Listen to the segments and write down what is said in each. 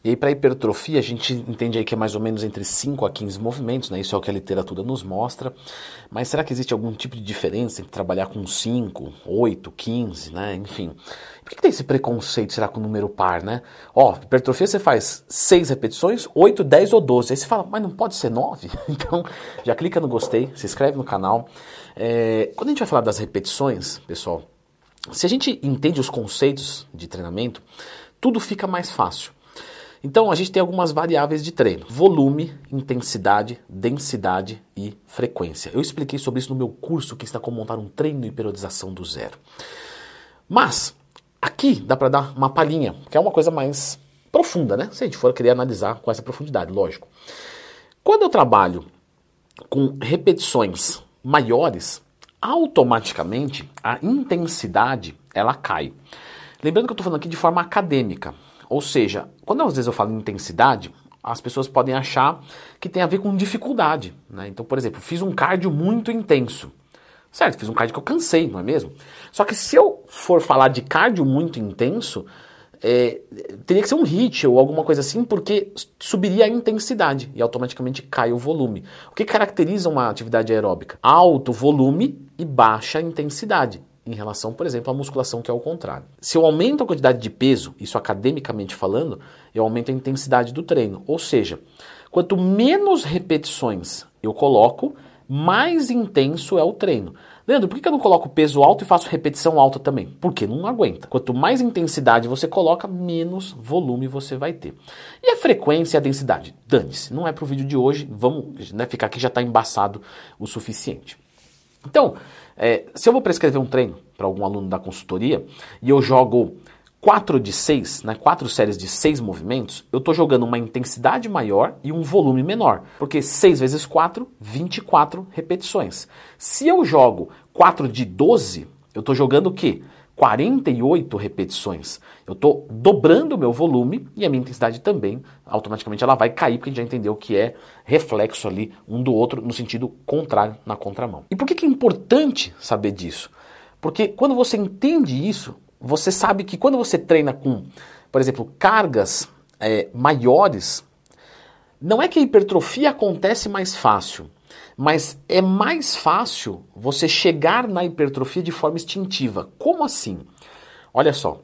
E aí para hipertrofia a gente entende aí que é mais ou menos entre 5 a 15 movimentos, né? Isso é o que a literatura nos mostra. Mas será que existe algum tipo de diferença entre trabalhar com 5, 8, 15, né? Enfim. Por que tem esse preconceito, será, com o número par, né? Ó, hipertrofia você faz 6 repetições, 8, 10 ou 12. Aí você fala, mas não pode ser 9? Então já clica no gostei, se inscreve no canal. Quando a gente vai falar das repetições, pessoal, se a gente entende os conceitos de treinamento, tudo fica mais fácil. Então a gente tem algumas variáveis de treino: volume, intensidade, densidade e frequência. Eu expliquei sobre isso no meu curso que está como montar um treino e periodização do zero. Mas aqui dá para dar uma palhinha, que é uma coisa mais profunda, né? Se a gente for querer analisar com essa profundidade, lógico. Quando eu trabalho com repetições maiores, automaticamente a intensidade ela cai. Lembrando que eu estou falando aqui de forma acadêmica. Ou seja, quando às vezes eu falo em intensidade, as pessoas podem achar que tem a ver com dificuldade, né? Então, por exemplo, fiz um cardio muito intenso. Certo, fiz um cardio que eu cansei, não é mesmo? Só que se eu for falar de cardio muito intenso, teria que ser um HIIT ou alguma coisa assim, porque subiria a intensidade e automaticamente cai o volume. O que caracteriza uma atividade aeróbica? Alto volume e baixa intensidade, em relação, por exemplo, à musculação, que é o contrário. Se eu aumento a quantidade de peso, isso academicamente falando, eu aumento a intensidade do treino. Ou seja, quanto menos repetições eu coloco, mais intenso é o treino. Leandro, por que eu não coloco peso alto e faço repetição alta também? Porque não aguenta. Quanto mais intensidade você coloca, menos volume você vai ter. E a frequência e a densidade? Dane-se, não é para o vídeo de hoje, vamos, né, ficar aqui já está embaçado o suficiente. Então, se eu vou prescrever um treino para algum aluno da consultoria e eu jogo 4 de 6, né, 4 séries de 6 movimentos, eu estou jogando uma intensidade maior e um volume menor. Porque 6 vezes 4, 24 repetições. Se eu jogo 4 de 12, eu estou jogando o quê? 48 repetições. Eu estou dobrando o meu volume e a minha intensidade também, automaticamente ela vai cair, porque a gente já entendeu que é reflexo ali um do outro no sentido contrário, na contramão. E por que é importante saber disso? Porque quando você entende isso, você sabe que quando você treina com, por exemplo, cargas maiores, não é que a hipertrofia acontece mais fácil, mas é mais fácil você chegar na hipertrofia de forma instintiva. Como assim? Olha só,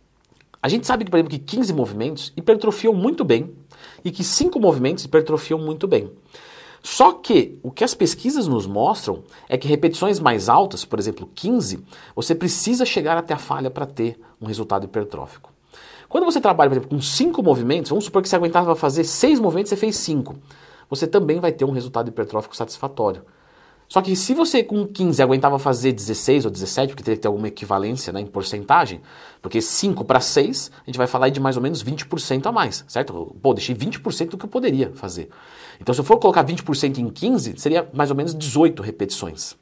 a gente sabe que, por exemplo, que 15 movimentos hipertrofiam muito bem e que 5 movimentos hipertrofiam muito bem. Só que o que as pesquisas nos mostram é que repetições mais altas, por exemplo 15, você precisa chegar até a falha para ter um resultado hipertrófico. Quando você trabalha, por exemplo, com 5 movimentos, vamos supor que você aguentava fazer 6 movimentos e você fez 5. Você também vai ter um resultado hipertrófico satisfatório. Só que se você com 15 aguentava fazer 16 ou 17, porque teria que ter alguma equivalência, né, em porcentagem, porque 5 para 6, a gente vai falar de mais ou menos 20% a mais, certo? Pô, deixei 20% do que eu poderia fazer. Então se eu for colocar 20% em 15, seria mais ou menos 18 repetições.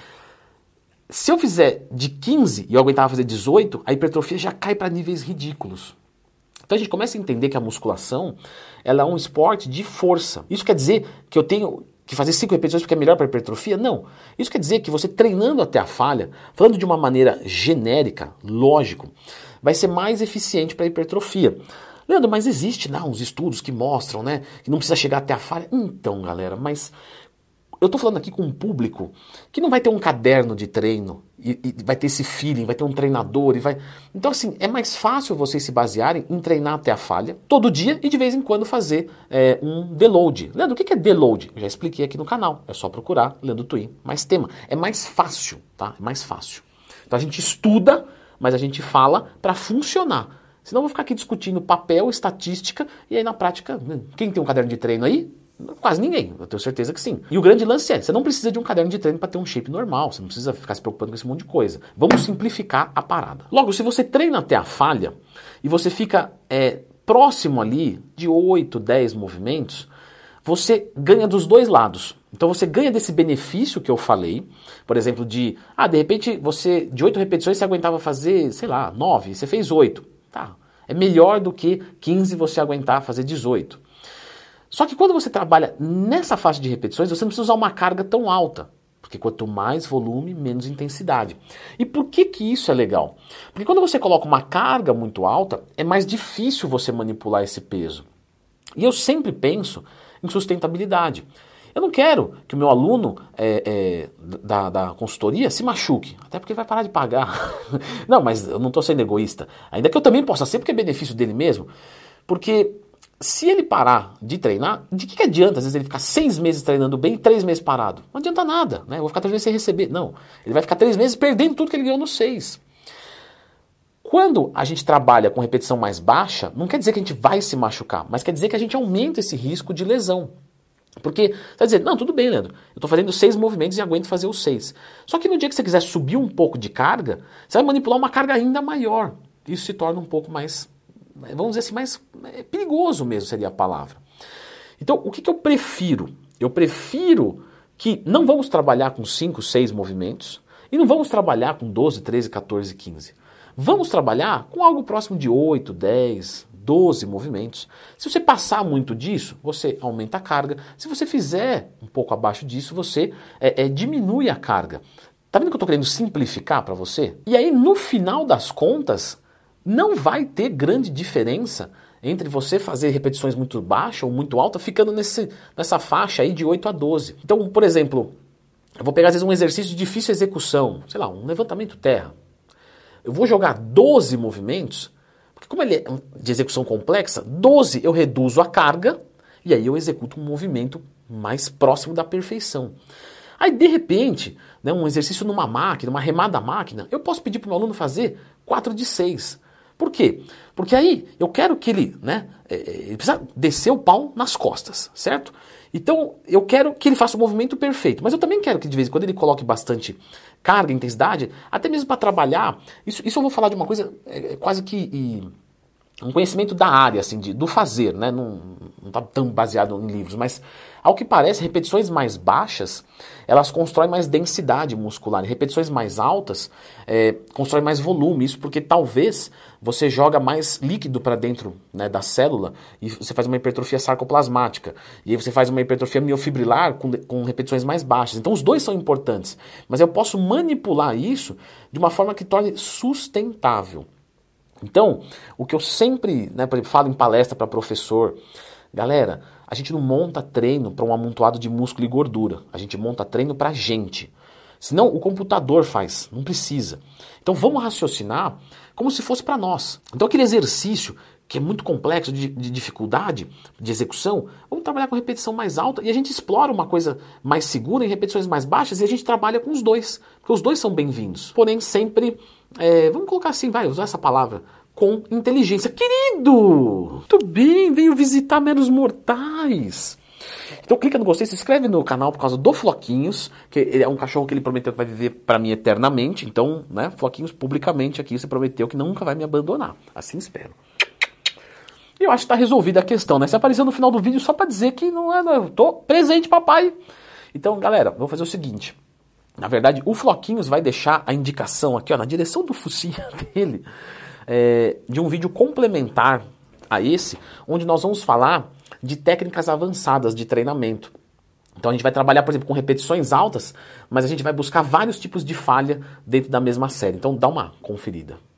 Se eu fizer de 15 e eu aguentava fazer 18, a hipertrofia já cai para níveis ridículos. Então a gente começa a entender que a musculação ela é um esporte de força. Isso quer dizer que eu tenho que fazer 5 repetições porque é melhor para a hipertrofia? Não. Isso quer dizer que você treinando até a falha, falando de uma maneira genérica, lógico, vai ser mais eficiente para a hipertrofia. Leandro, mas existe uns estudos que mostram, né, que não precisa chegar até a falha. Então, galera, mas eu estou falando aqui com um público que não vai ter um caderno de treino e vai ter esse feeling, vai ter um treinador e vai... Então, assim, é mais fácil vocês se basearem em treinar até a falha todo dia e de vez em quando fazer um deload. Leandro, o que é deload? Eu já expliquei aqui no canal. É só procurar Leandro Twin, mais tema. É mais fácil, tá? É mais fácil. Então a gente estuda, mas a gente fala para funcionar. Senão eu vou ficar aqui discutindo papel, estatística e aí na prática, quem tem um caderno de treino aí? Quase ninguém, eu tenho certeza que sim. E o grande lance você não precisa de um caderno de treino para ter um shape normal, você não precisa ficar se preocupando com esse monte de coisa. Vamos simplificar a parada. Logo, se você treina até a falha e você fica próximo ali de 8, 10 movimentos, você ganha dos dois lados. Então você ganha desse benefício que eu falei, por exemplo, de repente você, de 8 repetições você aguentava fazer, sei lá, 9, você fez 8. Tá, é melhor do que 15 você aguentar fazer 18. Só que quando você trabalha nessa faixa de repetições, você não precisa usar uma carga tão alta. Porque quanto mais volume, menos intensidade. E por que isso é legal? Porque quando você coloca uma carga muito alta, é mais difícil você manipular esse peso. E eu sempre penso em sustentabilidade. Eu não quero que o meu aluno da consultoria se machuque, até porque ele vai parar de pagar. Não, mas eu não estou sendo egoísta. Ainda que eu também possa ser, porque é benefício dele mesmo. Porque se ele parar de treinar, de que adianta às vezes ele ficar 6 meses treinando bem e 3 meses parado? Não adianta nada, né? Eu vou ficar 3 meses sem receber. Não, ele vai ficar 3 meses perdendo tudo que ele ganhou nos 6. Quando a gente trabalha com repetição mais baixa, não quer dizer que a gente vai se machucar, mas quer dizer que a gente aumenta esse risco de lesão. Porque você vai dizer, não, tudo bem, Leandro, eu estou fazendo 6 movimentos e aguento fazer os 6. Só que no dia que você quiser subir um pouco de carga, você vai manipular uma carga ainda maior. Isso se torna um pouco mais, vamos dizer assim, mais perigoso mesmo seria a palavra. Então, o que eu prefiro? Eu prefiro que não vamos trabalhar com 5, 6 movimentos e não vamos trabalhar com 12, 13, 14, 15. Vamos trabalhar com algo próximo de 8, 10, 12 movimentos. Se você passar muito disso, você aumenta a carga. Se você fizer um pouco abaixo disso, você diminui a carga. Tá vendo que eu estou querendo simplificar para você? E aí, no final das contas, não vai ter grande diferença entre você fazer repetições muito baixas ou muito altas, ficando nessa faixa aí de 8 a 12. Então, por exemplo, eu vou pegar às vezes um exercício de difícil execução, sei lá, um levantamento terra. Eu vou jogar 12 movimentos, porque como ele é de execução complexa, 12 eu reduzo a carga e aí eu executo um movimento mais próximo da perfeição. Aí, de repente, né, um exercício numa máquina, uma remada à máquina, eu posso pedir para o meu aluno fazer 4 de 6. Por quê? Porque aí eu quero que ele, ele precisa descer o pau nas costas, certo? Então eu quero que ele faça o movimento perfeito, mas eu também quero que de vez em quando ele coloque bastante carga, intensidade, até mesmo para trabalhar. Isso eu vou falar de uma coisa quase que um conhecimento da área, assim, do fazer, né? Não está tão baseado em livros, mas ao que parece, repetições mais baixas, elas constroem mais densidade muscular, e repetições mais altas constroem mais volume, isso porque talvez você joga mais líquido para dentro, né, da célula e você faz uma hipertrofia sarcoplasmática, e aí você faz uma hipertrofia miofibrilar com repetições mais baixas. Então os dois são importantes, mas eu posso manipular isso de uma forma que torne sustentável. Então, o que eu sempre falo em palestra para professor, galera, a gente não monta treino para um amontoado de músculo e gordura, a gente monta treino para a gente. Senão o computador faz, não precisa. Então vamos raciocinar como se fosse para nós. Então aquele exercício que é muito complexo, de dificuldade, de execução, vamos trabalhar com repetição mais alta e a gente explora uma coisa mais segura em repetições mais baixas e a gente trabalha com os dois, porque os dois são bem-vindos. Porém sempre, vamos colocar assim, vai usar essa palavra, com inteligência. Querido, muito bem, venho visitar meros mortais. Então clica no gostei, se inscreve no canal por causa do Floquinhos, que ele é um cachorro que ele prometeu que vai viver pra mim eternamente. Então, né, Floquinhos, publicamente aqui, você prometeu que nunca vai me abandonar. Assim espero. E eu acho que tá resolvida a questão, né? Você apareceu no final do vídeo só pra dizer que eu tô presente, papai. Então, galera, vou fazer o seguinte. Na verdade, o Floquinhos vai deixar a indicação aqui, ó, na direção do focinho dele, de um vídeo complementar a esse, onde nós vamos falar de técnicas avançadas de treinamento. Então a gente vai trabalhar, por exemplo, com repetições altas, mas a gente vai buscar vários tipos de falha dentro da mesma série. Então dá uma conferida.